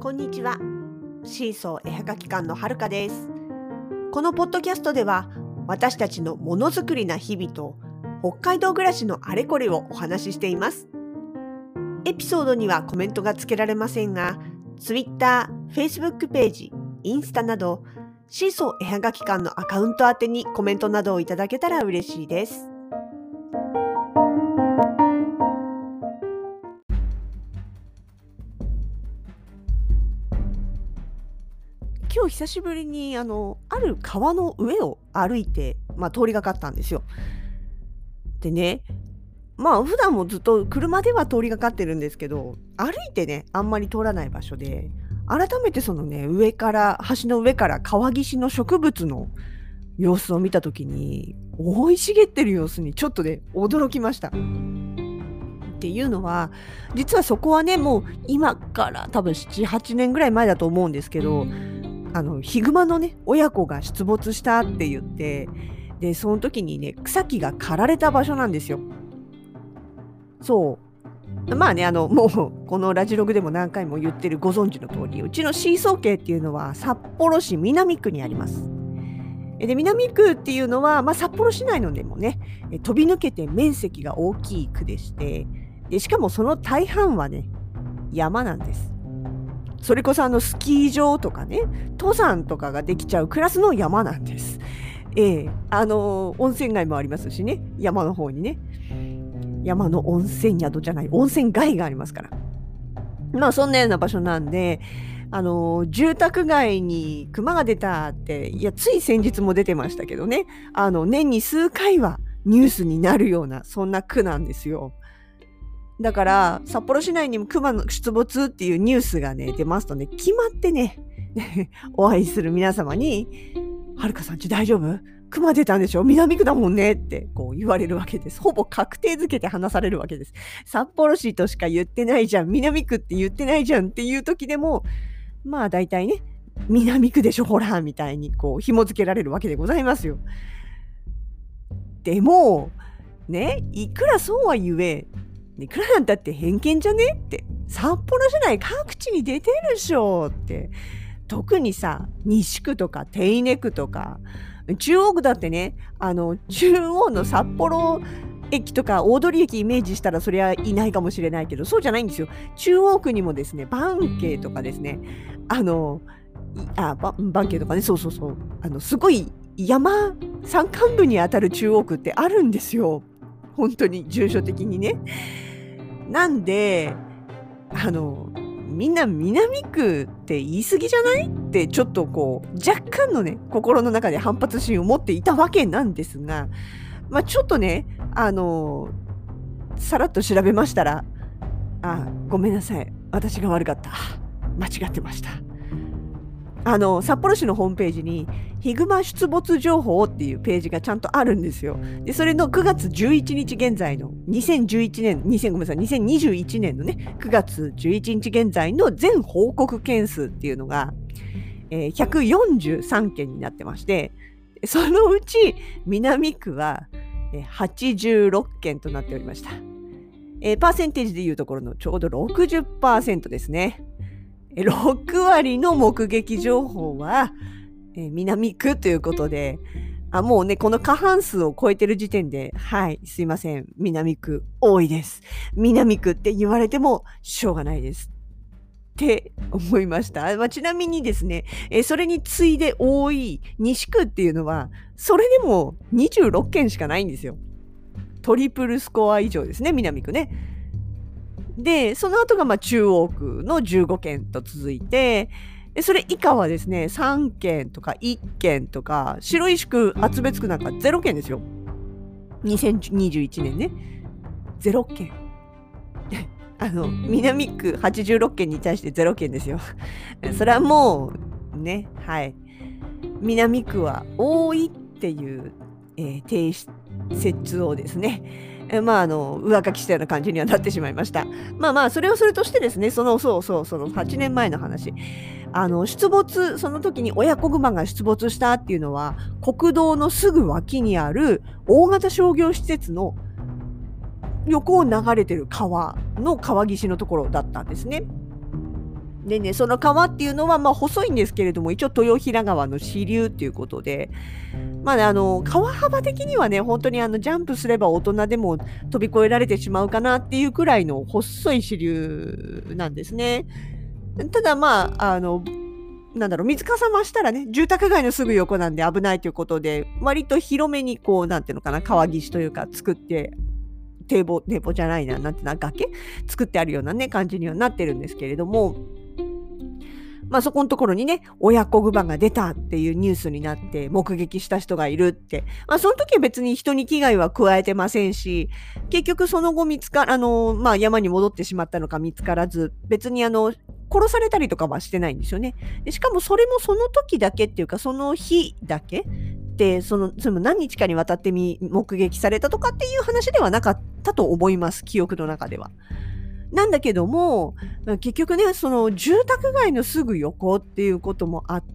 こんにちは。シーソー絵はがき館のはるかです。このポッドキャストでは、私たちのものづくりな日々と北海道暮らしのあれこれをお話ししています。エピソードにはコメントがつけられませんが、Twitter、Facebook ページ、インスタなどシーソー絵はがき館のアカウント宛てにコメントなどをいただけたら嬉しいです。今日久しぶりにある川の上を歩いて、通りがかったんですよ。でね、普段もずっと車では通りがかってるんですけど、歩いてねあんまり通らない場所で、改めてそのね橋の上から川岸の植物の様子を見たときに、生い茂ってる様子にちょっとね驚きました。っていうのは、実はそこはね、もう今から多分7、8年ぐらい前だと思うんですけど、ヒグマのね親子が出没したって言って、でその時にね草木が刈られた場所なんですよ。そう。もうこのラジログでも何回も言ってるご存知の通り、うちのシーソー渓っていうのは札幌市南区にあります。で、南区っていうのは、札幌市内のでもね、飛び抜けて面積が大きい区でして、でしかもその大半はね山なんです。それこそスキー場とかね、登山とかができちゃうクラスの山なんです。温泉街もありますしね、山の方にね。山の温泉宿じゃない、温泉街がありますから。そんなような場所なんで、住宅街に熊が出たって、つい先日も出てましたけどね、年に数回はニュースになるような、そんな区なんですよ。だから札幌市内にも熊の出没っていうニュースがね出ますとね、決まってねお会いする皆様に、はるかさんち大丈夫？熊出たんでしょ？南区だもんねってこう言われるわけです。ほぼ確定づけて話されるわけです。札幌市としか言ってないじゃん、南区って言ってないじゃんっていう時でも、大体ね、南区でしょほらみたいにこう紐付けられるわけでございますよ。でもね、いくらそうは言え、いくらなんだって偏見じゃねって、札幌市内各地に出てるでしょって、特にさ、西区とか手稲区とか中央区だってね、中央の札幌駅とか大通駅イメージしたらそりゃいないかもしれないけど、そうじゃないんですよ。中央区にもですね、番慶とかですね、番慶とかね、そうすごい山山間部にあたる中央区ってあるんですよ。本当に住所的にね。なんでみんな南区って言い過ぎじゃないってちょっとこう若干のね心の中で反発心を持っていたわけなんですが、ちょっとねさらっと調べましたら、ごめんなさい、私が悪かった、間違ってました。札幌市のホームページにヒグマ出没情報っていうページがちゃんとあるんですよ。でそれの9月11日現在の2021年のね9月11日現在の全報告件数っていうのが、143件になってまして、そのうち南区は86件となっておりました。パーセンテージでいうところのちょうど 60% ですね。6割の目撃情報は、南区ということで、もうねこの過半数を超えてる時点で、すいません、南区多いです。南区って言われてもしょうがないですって思いました。ちなみにですね、それに次いで多い西区っていうのはそれでも26件しかないんですよ。トリプルスコア以上ですね、南区ね。でその後が中央区の15件と続いて、それ以下はですね3件とか1件とか、白石区厚別区なんか0件ですよ。2021年ね、0件南区86件に対して0件ですよ。それはもうね、南区は多いっていう、定説をですね、上書きしたような感じにはなってしまいました。それはそれとしてですね、その8年前の話、出没、その時に親子グマが出没したっていうのは国道のすぐ脇にある大型商業施設の横を流れてる川の川岸のところだったんですね。 でね、その川っていうのは、細いんですけれども、一応豊平川の支流っていうことで、川幅的にはね、本当にジャンプすれば大人でも飛び越えられてしまうかなっていうくらいの細い支流なんですね。ただ水かさ増したらね、住宅街のすぐ横なんで危ないということで、割と広めになんていうのかな、川岸というか作って、堤防じゃないな、なんていうの、崖作ってあるようなね、感じにはなってるんですけれども、そこのところにね、親子熊が出たっていうニュースになって目撃した人がいるって。その時は別に人に危害は加えてませんし、結局その後山に戻ってしまったのか見つからず、別に殺されたりとかはしてないんですよね。でしかもそれもその時だけっていうか、その日だけで、その何日かにわたって目撃されたとかっていう話ではなかったと思います、記憶の中では。なんだけども、結局ね、その住宅街のすぐ横っていうこともあって、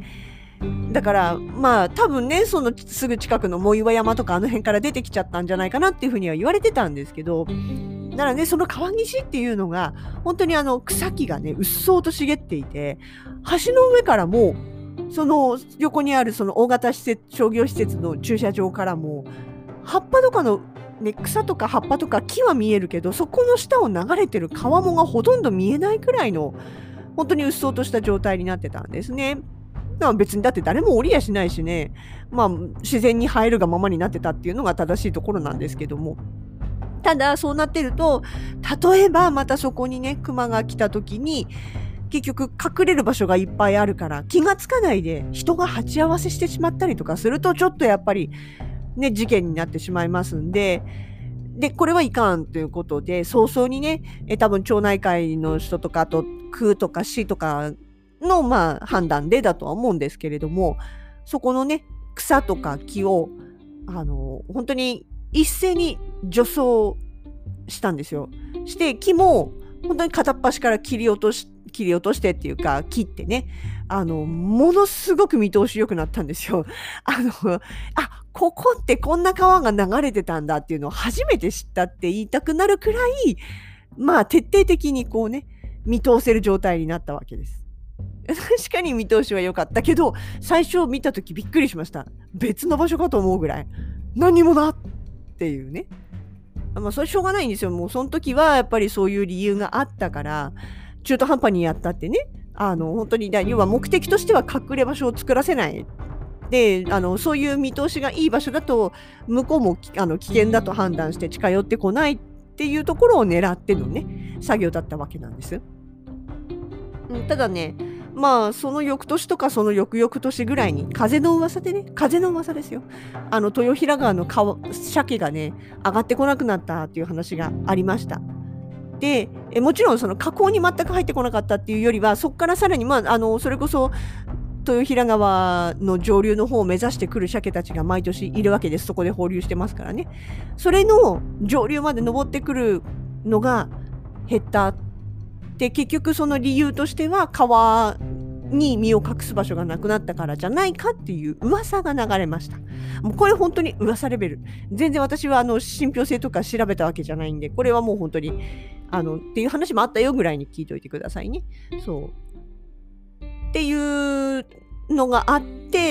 だから多分ね、そのすぐ近くの藻岩山とかあの辺から出てきちゃったんじゃないかなっていうふうには言われてたんですけど、だからね、その川岸っていうのが本当に草木がね、うっそうと茂っていて、橋の上からもその横にあるその大型商業施設の駐車場からも葉っぱとかの草とか葉っぱとか木は見えるけど、そこの下を流れてる川面がほとんど見えないくらいの本当にうっそうとした状態になってたんですね。別にだって誰も降りやしないしね、自然に入るがままになってたっていうのが正しいところなんですけども、ただそうなってると、例えばまたそこにね、熊が来た時に結局隠れる場所がいっぱいあるから気がつかないで人が鉢合わせしてしまったりとかすると、ちょっとやっぱりね、事件になってしまいますんで、これはいかんということで、早々にね、多分町内会の人とか、あと区とか市とかの判断でだとは思うんですけれども、そこのね、草とか木を本当に一斉に除草したんですよ。して木も本当に片っ端から切り落としてっていうか切ってね、ものすごく見通し良くなったんですよ。ここってこんな川が流れてたんだっていうのを初めて知ったって言いたくなるくらい、徹底的に見通せる状態になったわけです。確かに見通しは良かったけど、最初見た時びっくりしました。別の場所かと思うぐらい。何もなっていうね。それしょうがないんですよ。もうその時はやっぱりそういう理由があったから、中途半端にやったってね、本当に要は目的としては隠れ場所を作らせない。で、そういう見通しがいい場所だと、向こうも危険だと判断して近寄ってこないっていうところを狙ってのね、作業だったわけなんです。ただね、その翌年とかその翌々年ぐらいに風の噂ですよ。豊平川の鮭がね、上がってこなくなったっていう話がありました。で、もちろんその河口に全く入ってこなかったっていうよりは、そこからさらにそれこそ豊平川の上流の方を目指してくる鮭たちが毎年いるわけです。そこで放流してますからね。それの上流まで登ってくるのが減ったで、結局その理由としては川に身を隠す場所がなくなったからじゃないかっていう噂が流れました。もうこれ本当に噂レベル。全然私は信憑性とか調べたわけじゃないんで、これはもう本当にっていう話もあったよぐらいに聞いといてくださいね。そう。っていうのがあって、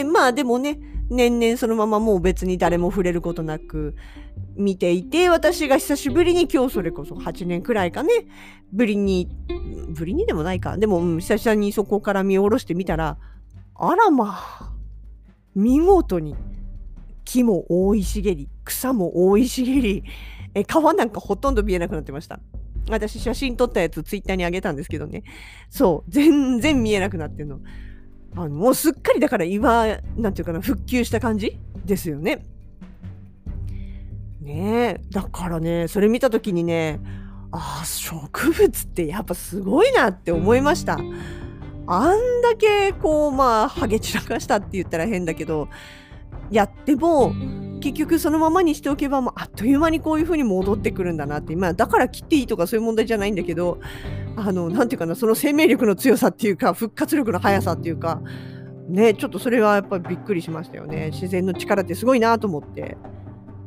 でもね、年々そのままもう別に誰も触れることなく見ていて、私が久しぶりに今日それこそ8年くらいかね、ぶりにでもないか。でも、久々にそこから見下ろしてみたら、あら見事に木も覆い茂り、草も覆い茂り、川なんかほとんど見えなくなってました。私写真撮ったやつツイッターに上げたんですけどね。そう、全然見えなくなってんの。もうすっかりだからなんていうかな、復旧した感じですよね。ねえ、だからね、それ見た時にね、植物ってやっぱすごいなって思いました。あんだけハゲ散らかしたって言ったら変だけど、やっても結局そのままにしておけばあっという間にこういう風に戻ってくるんだなって、だから切っていいとかそういう問題じゃないんだけど、なんていうかな、その生命力の強さっていうか、復活力の速さっていうか、ね、ちょっとそれはやっぱりびっくりしましたよね。自然の力ってすごいなと思って。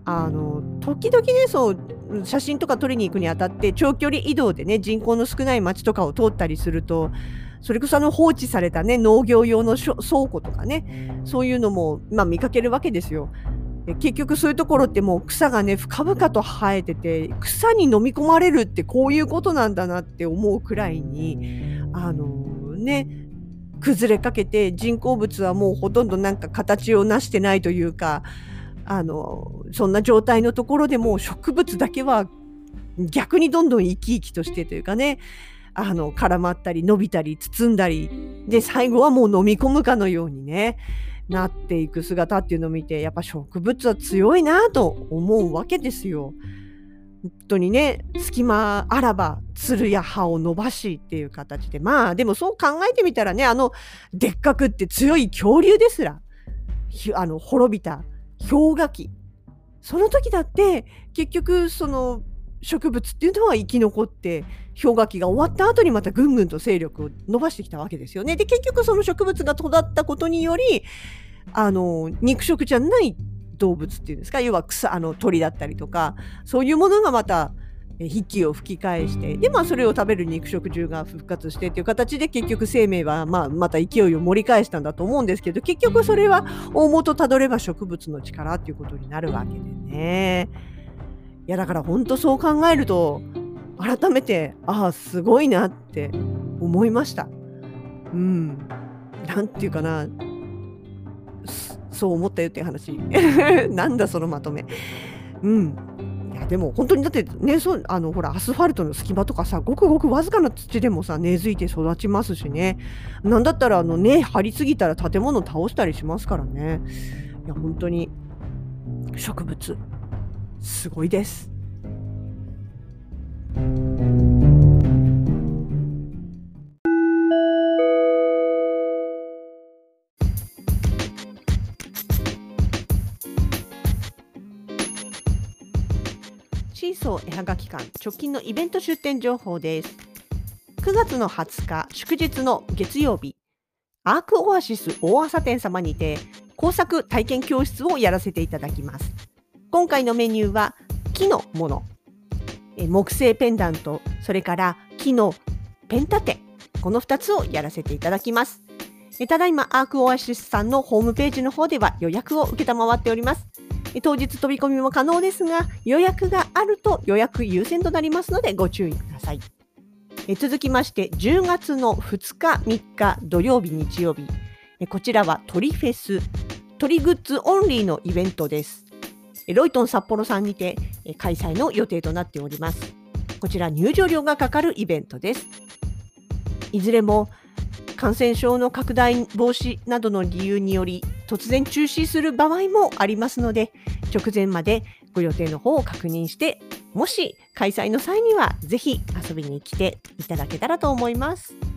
時々ね、写真とか撮りに行くにあたって、長距離移動でね、人口の少ない町とかを通ったりすると、それこそ放置されたね、農業用の倉庫とかね、そういうのも、見かけるわけですよ。で、結局そういうところってもう草がね、深々と生えてて、草に飲み込まれるってこういうことなんだなって思うくらいに、ね、崩れかけて、人工物はもうほとんどなんか形を成してないというか、そんな状態のところでもう植物だけは逆にどんどん生き生きとしてというかね、絡まったり伸びたり包んだり、で、最後はもう飲み込むかのようにね、なっていく姿っていうのを見て、やっぱ植物は強いなと思うわけですよ。本当にね、隙間あらば、つるや葉を伸ばしっていう形で、でもそう考えてみたらね、でっかくって強い恐竜ですら、滅びた氷河期。その時だって、結局その植物っていうのは生き残って、氷河期が終わった後にまたぐんぐんと勢力を伸ばしてきたわけですよね。で、結局その植物が育ったことにより、肉食じゃない動物っていうんですか、要は鳥だったりとか、そういうものがまた、息を吹き返して、で、それを食べる肉食獣が復活してっていう形で結局生命は、また勢いを盛り返したんだと思うんですけど、結局それは大元たどれば植物の力っていうことになるわけでね。いや、だからほんとそう考えると、改めて、すごいなって思いました。うん。なんていうかな、そう思ったよっていう話。なんだそのまとめ。うん。いやでも本当にだってね、ほらアスファルトの隙間とかさ、ごくごくわずかな土でもさ、根付いて育ちますしね。なんだったら根張りすぎたら建物倒したりしますからね。いや本当に植物、すごいです。シーソー絵はがき館直近のイベント出店情報です。9月の20日祝日の月曜日、アークオアシス大朝店様にて工作体験教室をやらせていただきます。今回のメニューは木のもの、木製ペンダント、それから木のペン立て、この2つをやらせていただきます。ただいまアークオアシスさんのホームページの方では予約を承っております。当日飛び込みも可能ですが、予約があると予約優先となりますのでご注意ください。続きまして10月の2日3日土曜日日曜日、こちらは鳥フェス、鳥グッズオンリーのイベントです。ロイトン札幌さんにて開催の予定となっております。こちら入場料がかかるイベントです。いずれも感染症の拡大防止などの理由により突然中止する場合もありますので、直前までご予定の方を確認して、もし開催の際にはぜひ遊びに来ていただけたらと思います。